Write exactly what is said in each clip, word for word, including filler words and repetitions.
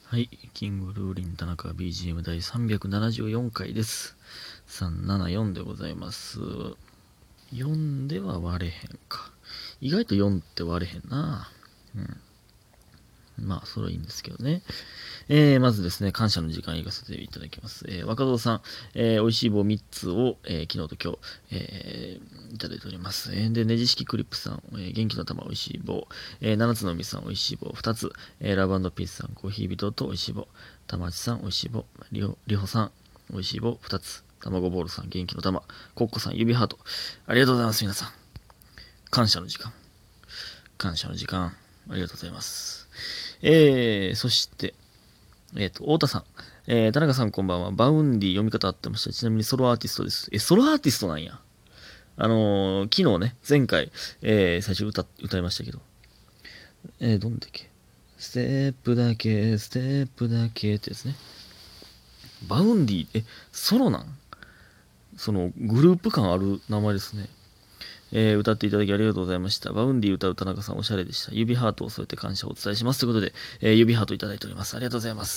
はい、キングルーリン田中 ビージーエム 第さんびゃくななじゅうよんかいです。さんななよんでございます。よんでは割れへんか。意外とよんって割れへんな。うん。まあ、それはいいんですけどね。えー、まずですね、感謝の時間行かせていただきます。えー、若造さん、えー、美味しい棒みっつを、えー、昨日と今日、えー、いただいております。えー、で、ネジ式クリップさん、えー、元気の玉美味しい棒、えー、七つの実さん美味しい棒ふたつ、えー、ラブ&ピースさんコーヒー人と美味しい棒、玉内さん美味しい棒、りほ、りほさん美味しい棒ふたつ、卵ボールさん元気の玉、コッコさん指ハート、ありがとうございます皆さん。感謝の時間。感謝の時間。ありがとうございます。えー、そして、えっ、ー、と、太田さん。えー、田中さんこんばんは。バウンディ読み方合ってました。ちなみにソロアーティストです。え、ソロアーティストなんや。あのー、昨日ね、前回、えー、最初歌、歌いましたけど。えー、どんだっけ。ステップだけ、ステップだけってやつね。バウンディ、え、ソロなん？その、グループ感ある名前ですね。えー、歌っていただきありがとうございました。バウンディ歌う田中さんおしゃれでした。指ハートを添えて感謝をお伝えします。ということで、えー、指ハートいただいております。ありがとうございます。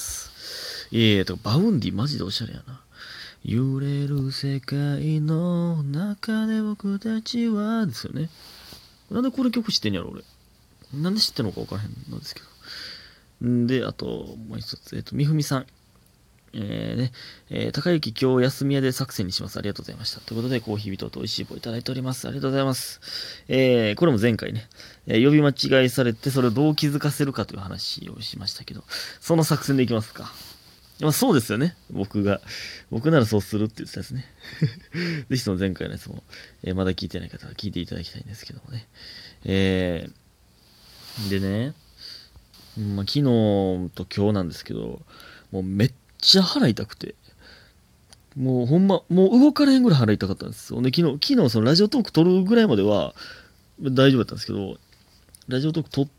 いえいえ、とバウンディマジでおしゃれやな。揺れる世界の中で僕たちは、ですよね。なんでこれ曲知ってんやろ、俺。なんで知ってんのか分からへんのですけど。んで、あと、もう一つ、えっと、みふみさん。えーね、えー、高雪今日休み屋で作戦にします。ありがとうございました。ということで、コーヒー人と美味しい棒いただいております。ありがとうございます。えー、これも前回ね、えー、呼び間違いされて、それをどう気づかせるかという話をしましたけど、その作戦でいきますか。まあ、そうですよね。僕が。僕ならそうするって言ってたですね。ぜひその前回のやつも、えー、まだ聞いてない方は聞いていただきたいんですけどもね。えー、でね、まあ、昨日と今日なんですけど、もうめっちゃ腹痛くて、もうほんま、もう動かれへんぐらい腹痛かったんですよ。で、昨日、昨日そのラジオトーク撮るぐらいまでは大丈夫だったんですけど、ラジオトーク撮って、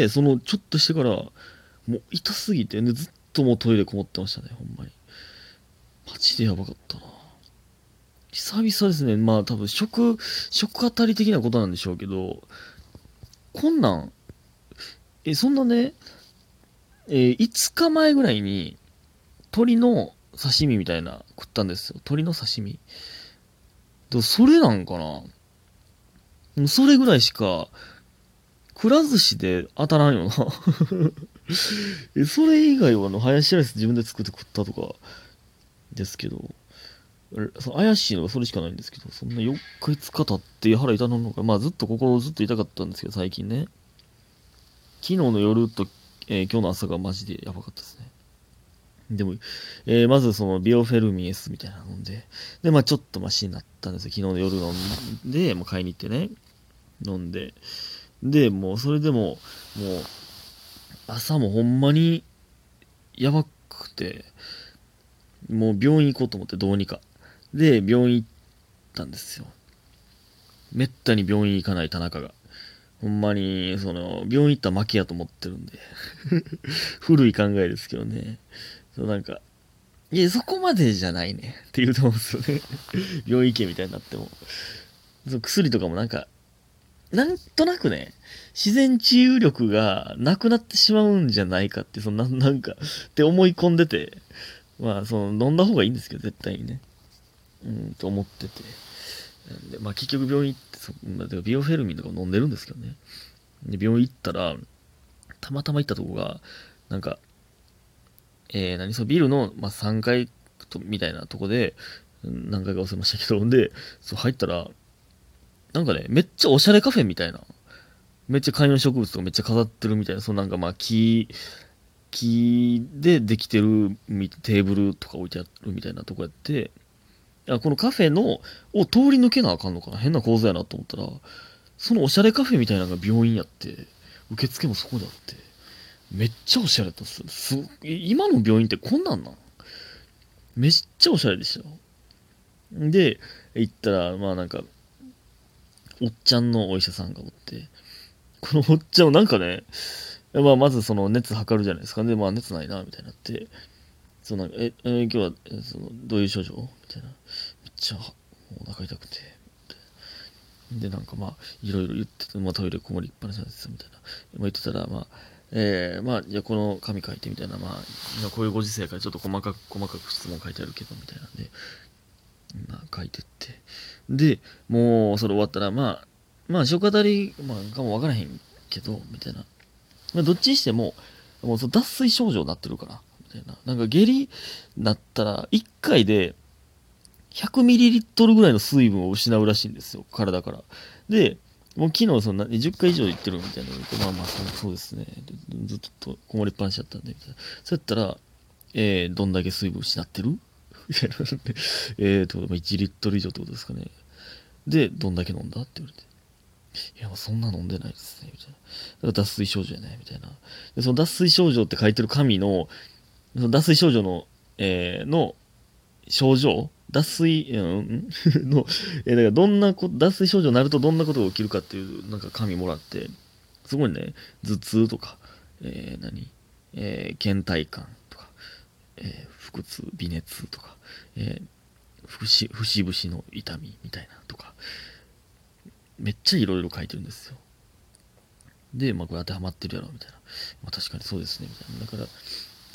そのちょっとしてから、もう痛すぎて、ね、ずっともうトイレこもってましたね、ほんまに。マジでやばかったな。久々ですね。まあ多分食、食あたり的なことなんでしょうけど、こんなん、え、そんなね、えー、いつかまえぐらいに鳥の刺身みたいな食ったんですよ。鳥の刺身。でもそれなんかな。それぐらいしか、くら寿司で当たらんよな。え、それ以外はあの、ハヤシライス自分で作って食ったとかですけど、その怪しいのがそれしかないんですけど、そんなよっかいつか経って腹痛なのか、まあずっと心ずっと痛かったんですけど、最近ね。昨日の夜と、えー今日の朝がマジでやばかったですね。でも、えーまずそのビオフェルミン S みたいなの飲んで、で、まあちょっとマシになったんですよ。昨日の夜飲んで、もう買いに行ってね、飲んで、で、もうそれでも、もう、朝もほんまにやばくて、もう病院行こうと思ってどうにか。で、病院行ったんですよ。めったに病院行かない田中が。ほんまに、その、病院行ったら負けやと思ってるんで。古い考えですけどね。そうなんか、いや、そこまでじゃないね。って言うと思うんですよね。病院行けみたいになっても。その薬とかもなんか、なんとなくね、自然治癒力がなくなってしまうんじゃないかって、そのななんか、って思い込んでて、まあ、その、飲んだ方がいいんですけど、絶対にね。うん、と思ってて。で、まあ、結局病院行って、そまあ、ビオフェルミンとか飲んでるんですけどね。で、病院行ったら、たまたま行ったとこが、なんか、えー、何そのビルの、まあ、さんがいとみたいなとこで、何回か忘れましたけど、で、そう入ったら、なんかね、めっちゃおしゃれカフェみたいな。めっちゃ観葉植物とかめっちゃ飾ってるみたいな、そのなんかまあ木、木でできてるテーブルとか置いてあるみたいなとこやって、あこのカフェの、を通り抜けなあかんのかな変な構造やなと思ったら、そのおしゃれカフェみたいなのが病院やって、受付もそこであって、めっちゃおしゃれだったっす。す今の病院ってこんなんなん？めっちゃおしゃれでしたよ。で、行ったら、まあなんか、おっちゃんのお医者さんがおって、このおっちゃんをなんかね、まあまずその熱測るじゃないですか。で、まあ熱ないな、みたいになって、そのなんか、え、え今日は、えその、どういう症状みたいな。めっちゃ、お腹痛くて。で、なんかまあ、いろいろ言ってて、まあトイレこもりっぱなしなんですよ、みたいな。まあ言ってたら、まあ、 えー、まあ、じゃあこの紙書いてみたいな、まあ、今こういうご時世からちょっと細かく、細かく質問書いてあるけど、みたいなんで、まあ、書いてって。で、もう、それ終わったら、まあ、まあ、初語り、まあ、かもわからへんけど、みたいな。まあ、どっちにしても、もうその脱水症状になってるから、みたいな。なんか下痢なったら、いっかいで ひゃくミリリットル ぐらいの水分を失うらしいんですよ、体から。で、もう昨日そんなじゅっかい以上言ってるみたいなの言って、まあまあそう、そうですね。ずっとこもりっぱなしだったんで、みたいな。そうやったら、えー、どんだけ水分失ってるみたいな。えーと、いちリットル以上ってことですかね。で、どんだけ飲んだって言われて。いや、そんな飲んでないですね、みたいな。だから脱水症状やね、みたいな。で、その脱水症状って書いてる紙の、その脱水症状の、えー、の症状脱水、うん、の、えー、だからどんなこ、脱水症状になるとどんなことが起きるかっていう、なんか紙もらって、そこにね、頭痛とか、えー、何えー、倦怠感とか、えー、腹痛、微熱とか、えー、節節々の痛みみたいなとか、めっちゃいろいろ書いてるんですよ。で、まあ、これ当てはまってるやろ、みたいな。まあ、確かにそうですね、みたいな。だから、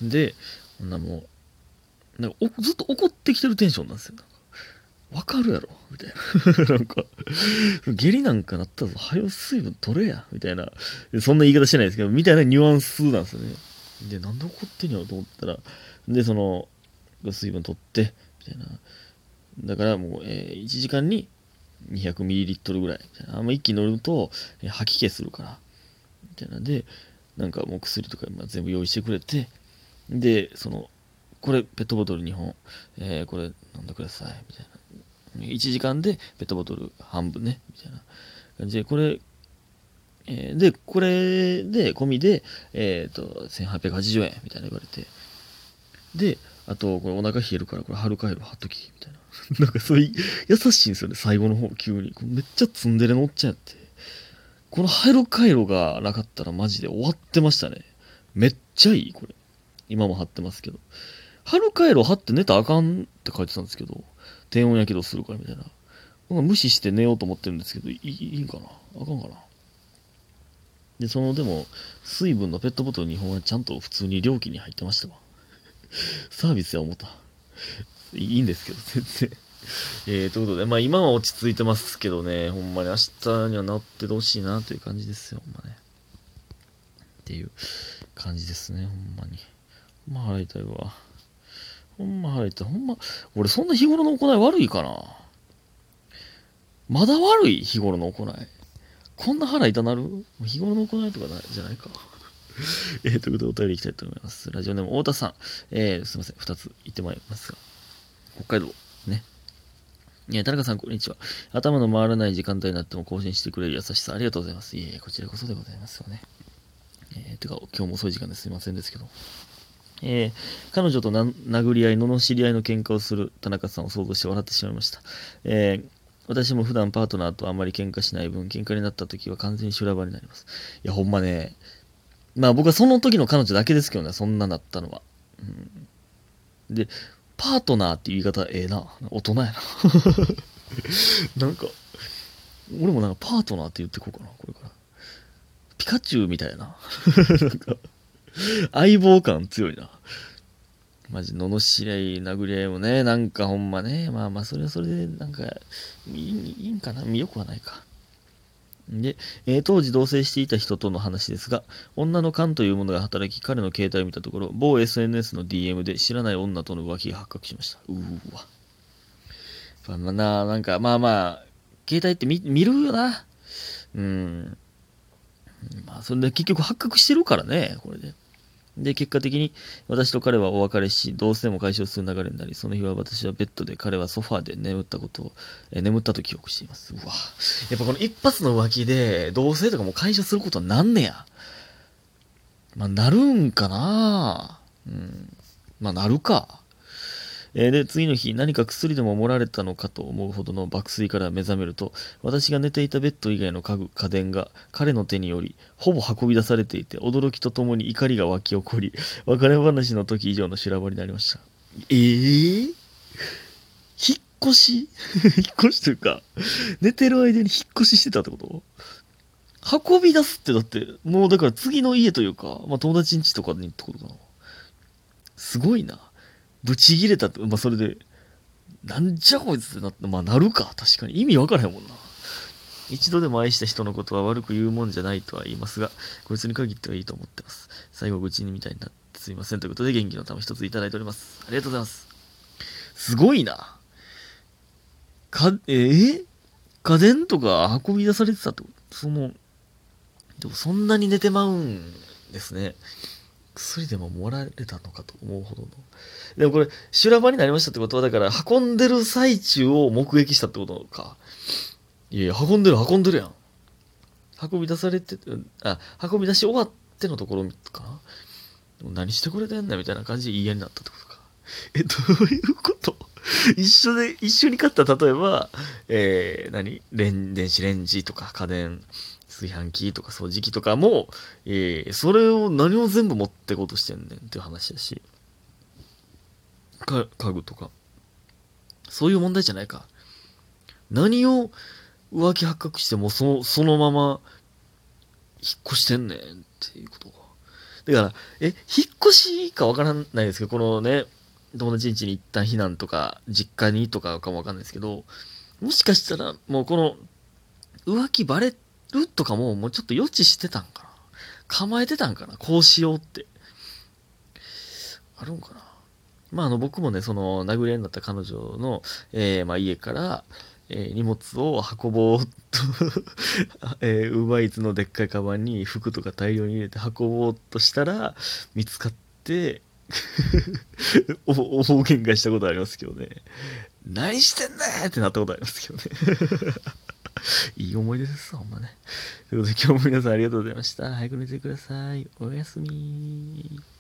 で、こんなもう、なんかおずっと怒ってきてるテンションなんですよ。なんかわかるやろみたいな。なんか、下痢なんかなったぞ、はよ水分取れやみたいな。そんな言い方してないですけど、みたいなニュアンスなんですよね。で、なんで怒ってんやろと思ったら、で、その、水分取って、みたいな。だからもう、えー、いちじかんに にひゃくミリリットル ぐらい。みたいなあんま一気に乗ると、えー吐き気するから。みたいなんで、なんかもう薬とか、まあ、全部用意してくれて、で、その、これペットボトルにほん、えー、これ飲んでください、みたいな。いちじかんでペットボトル半分ね、みたいな感じで、これ、えー、で、これで、込みで、えっ、ー、と、せんはっぴゃくはちじゅうえん、みたいな言われて、で、あと、これお腹冷えるから、これ春カイロ貼っとき、みたいな。なんかそういう、優しいんですよね、最後の方、急に。めっちゃツンデレのおっちゃんやって。この春カイロがなかったらマジで終わってましたね。めっちゃいい、これ。今も貼ってますけど。春カイロ貼って寝たらあかんって書いてたんですけど、低温やけどするからみたいな。無視して寝ようと思ってるんですけど、いいいいんかなあかんかな。で、その、でも、水分のペットボトルにほんはちゃんと普通に料金に入ってましたわ。サービスや思った。いいんですけど、全然。えー、ということで、まあ今は落ち着いてますけどね、ほんまに明日には治っててほしいなという感じですよ、ほんまね。っていう感じですね、ほんまに。ほんま払いたいわ。ほんま払いたい。ほんま、俺そんな日頃の行い悪いかな。まだ悪い日頃の行い。こんな腹痛なる日頃の行いとかないじゃないか。えー、ということでお便りいきたいと思います。ラジオネーム太田さん。えー、すいません。二つ言ってまいりますが。北海道。ね。いや、田中さん、こんにちは。頭の回らない時間帯になっても更新してくれる優しさ、ありがとうございます。いえいえ、こちらこそでございますよね。えー、てか、今日も遅い時間ですいませんですけど。えー、彼女とな殴り合い、罵り合いの喧嘩をする田中さんを想像して笑ってしまいました。えー、私も普段パートナーとあんまり喧嘩しない分、喧嘩になった時は完全に修羅場になります。いや、ほんまね、まあ僕はその時の彼女だけですけどね、そんななったのは。うん、で、パートナーっていう言い方、ええな。大人やな。なんか、俺もなんかパートナーって言ってこうかな、これから。ピカチュウみたいな。なんか、相棒感強いな。マジ、罵り合い、殴り合いもね、なんかほんまね、まあまあ、それはそれで、なんか、いいいいんかな、よくはないか。で、えー当時同棲していた人との話ですが、女の勘というものが働き、彼の携帯を見たところ、某 エスエヌエス の ディーエム で知らない女との浮気が発覚しました。うーわ。まあな、なんか、まあまあ、携帯って見、見るよな。うん。まあ、それで結局発覚してるからね、これで。で、結果的に私と彼はお別れし、同棲も解消する流れになり、その日は私はベッドで、彼はソファーで眠ったことを、え眠ったと記憶しています。うわ。やっぱこの一発の浮気で、同棲とかも解消することはなんねや。まあ、なるんかなうん。まあ、なるか。えーで、次の日、何か薬でも盛られたのかと思うほどの爆睡から目覚めると、私が寝ていたベッド以外の家具、家電が彼の手により、ほぼ運び出されていて、驚きとともに怒りが湧き起こり、別れ話の時以上の修羅場になりました。えー、引っ越し引っ越しというか、寝てる間に引っ越ししてたってこと運び出すってだって、もうだから次の家というか、まあ友達ん家とかにってことかな。すごいな。ブチギレたって、まあそれで、なんじゃこいつってなって、まあなるか。確かに。意味わからへんもんな。一度でも愛した人のことは悪く言うもんじゃないとは言いますが、こいつに限ってはいいと思ってます。最後愚痴にみたいになってすいません。ということで元気の玉一ついただいております。ありがとうございます。すごいな。か、えー、家電とか運び出されてたってことその、でもそんなに寝てまうんですね。薬でももられたのかと思うほどの。でもこれ、修羅場になりましたってことは、だから運んでる最中を目撃したってことか。いやいや、運んでる運んでるやん。運び出されて、あ、運び出し終わってのところかな。でも何してくれてんだみたいな感じで言い合いになったってことか。え、どういうこと一緒で、一緒に買った例えば、えー、何レン、電子レンジとか家電、炊飯器とか掃除機とかも、えー、それを何を全部持ってこうとしてんねんっていう話だし、か、家具とか。そういう問題じゃないか。何を浮気発覚してもその、そのまま引っ越してんねんっていうことか。だから、え、引っ越しかわからないですけど、このね、友達ん家に一旦避難とか、実家にとかかもわかんないですけど、もしかしたら、もうこの、浮気バレるとかも、もうちょっと予知してたんかな。構えてたんかな。こうしようって。あるんかな。まあ、あの、僕もね、その、殴り合いになった彼女の、えー、まあ、家から、えー荷物を運ぼうとえー、ウーバーイーツのでっかいカバンに服とか大量に入れて運ぼうとしたら、見つかって、お大喧嘩したことありますけどね。何してんねーってなったことありますけどね。いい思い出ですほんまね。ということで今日も皆さんありがとうございました。早く寝てください。おやすみ。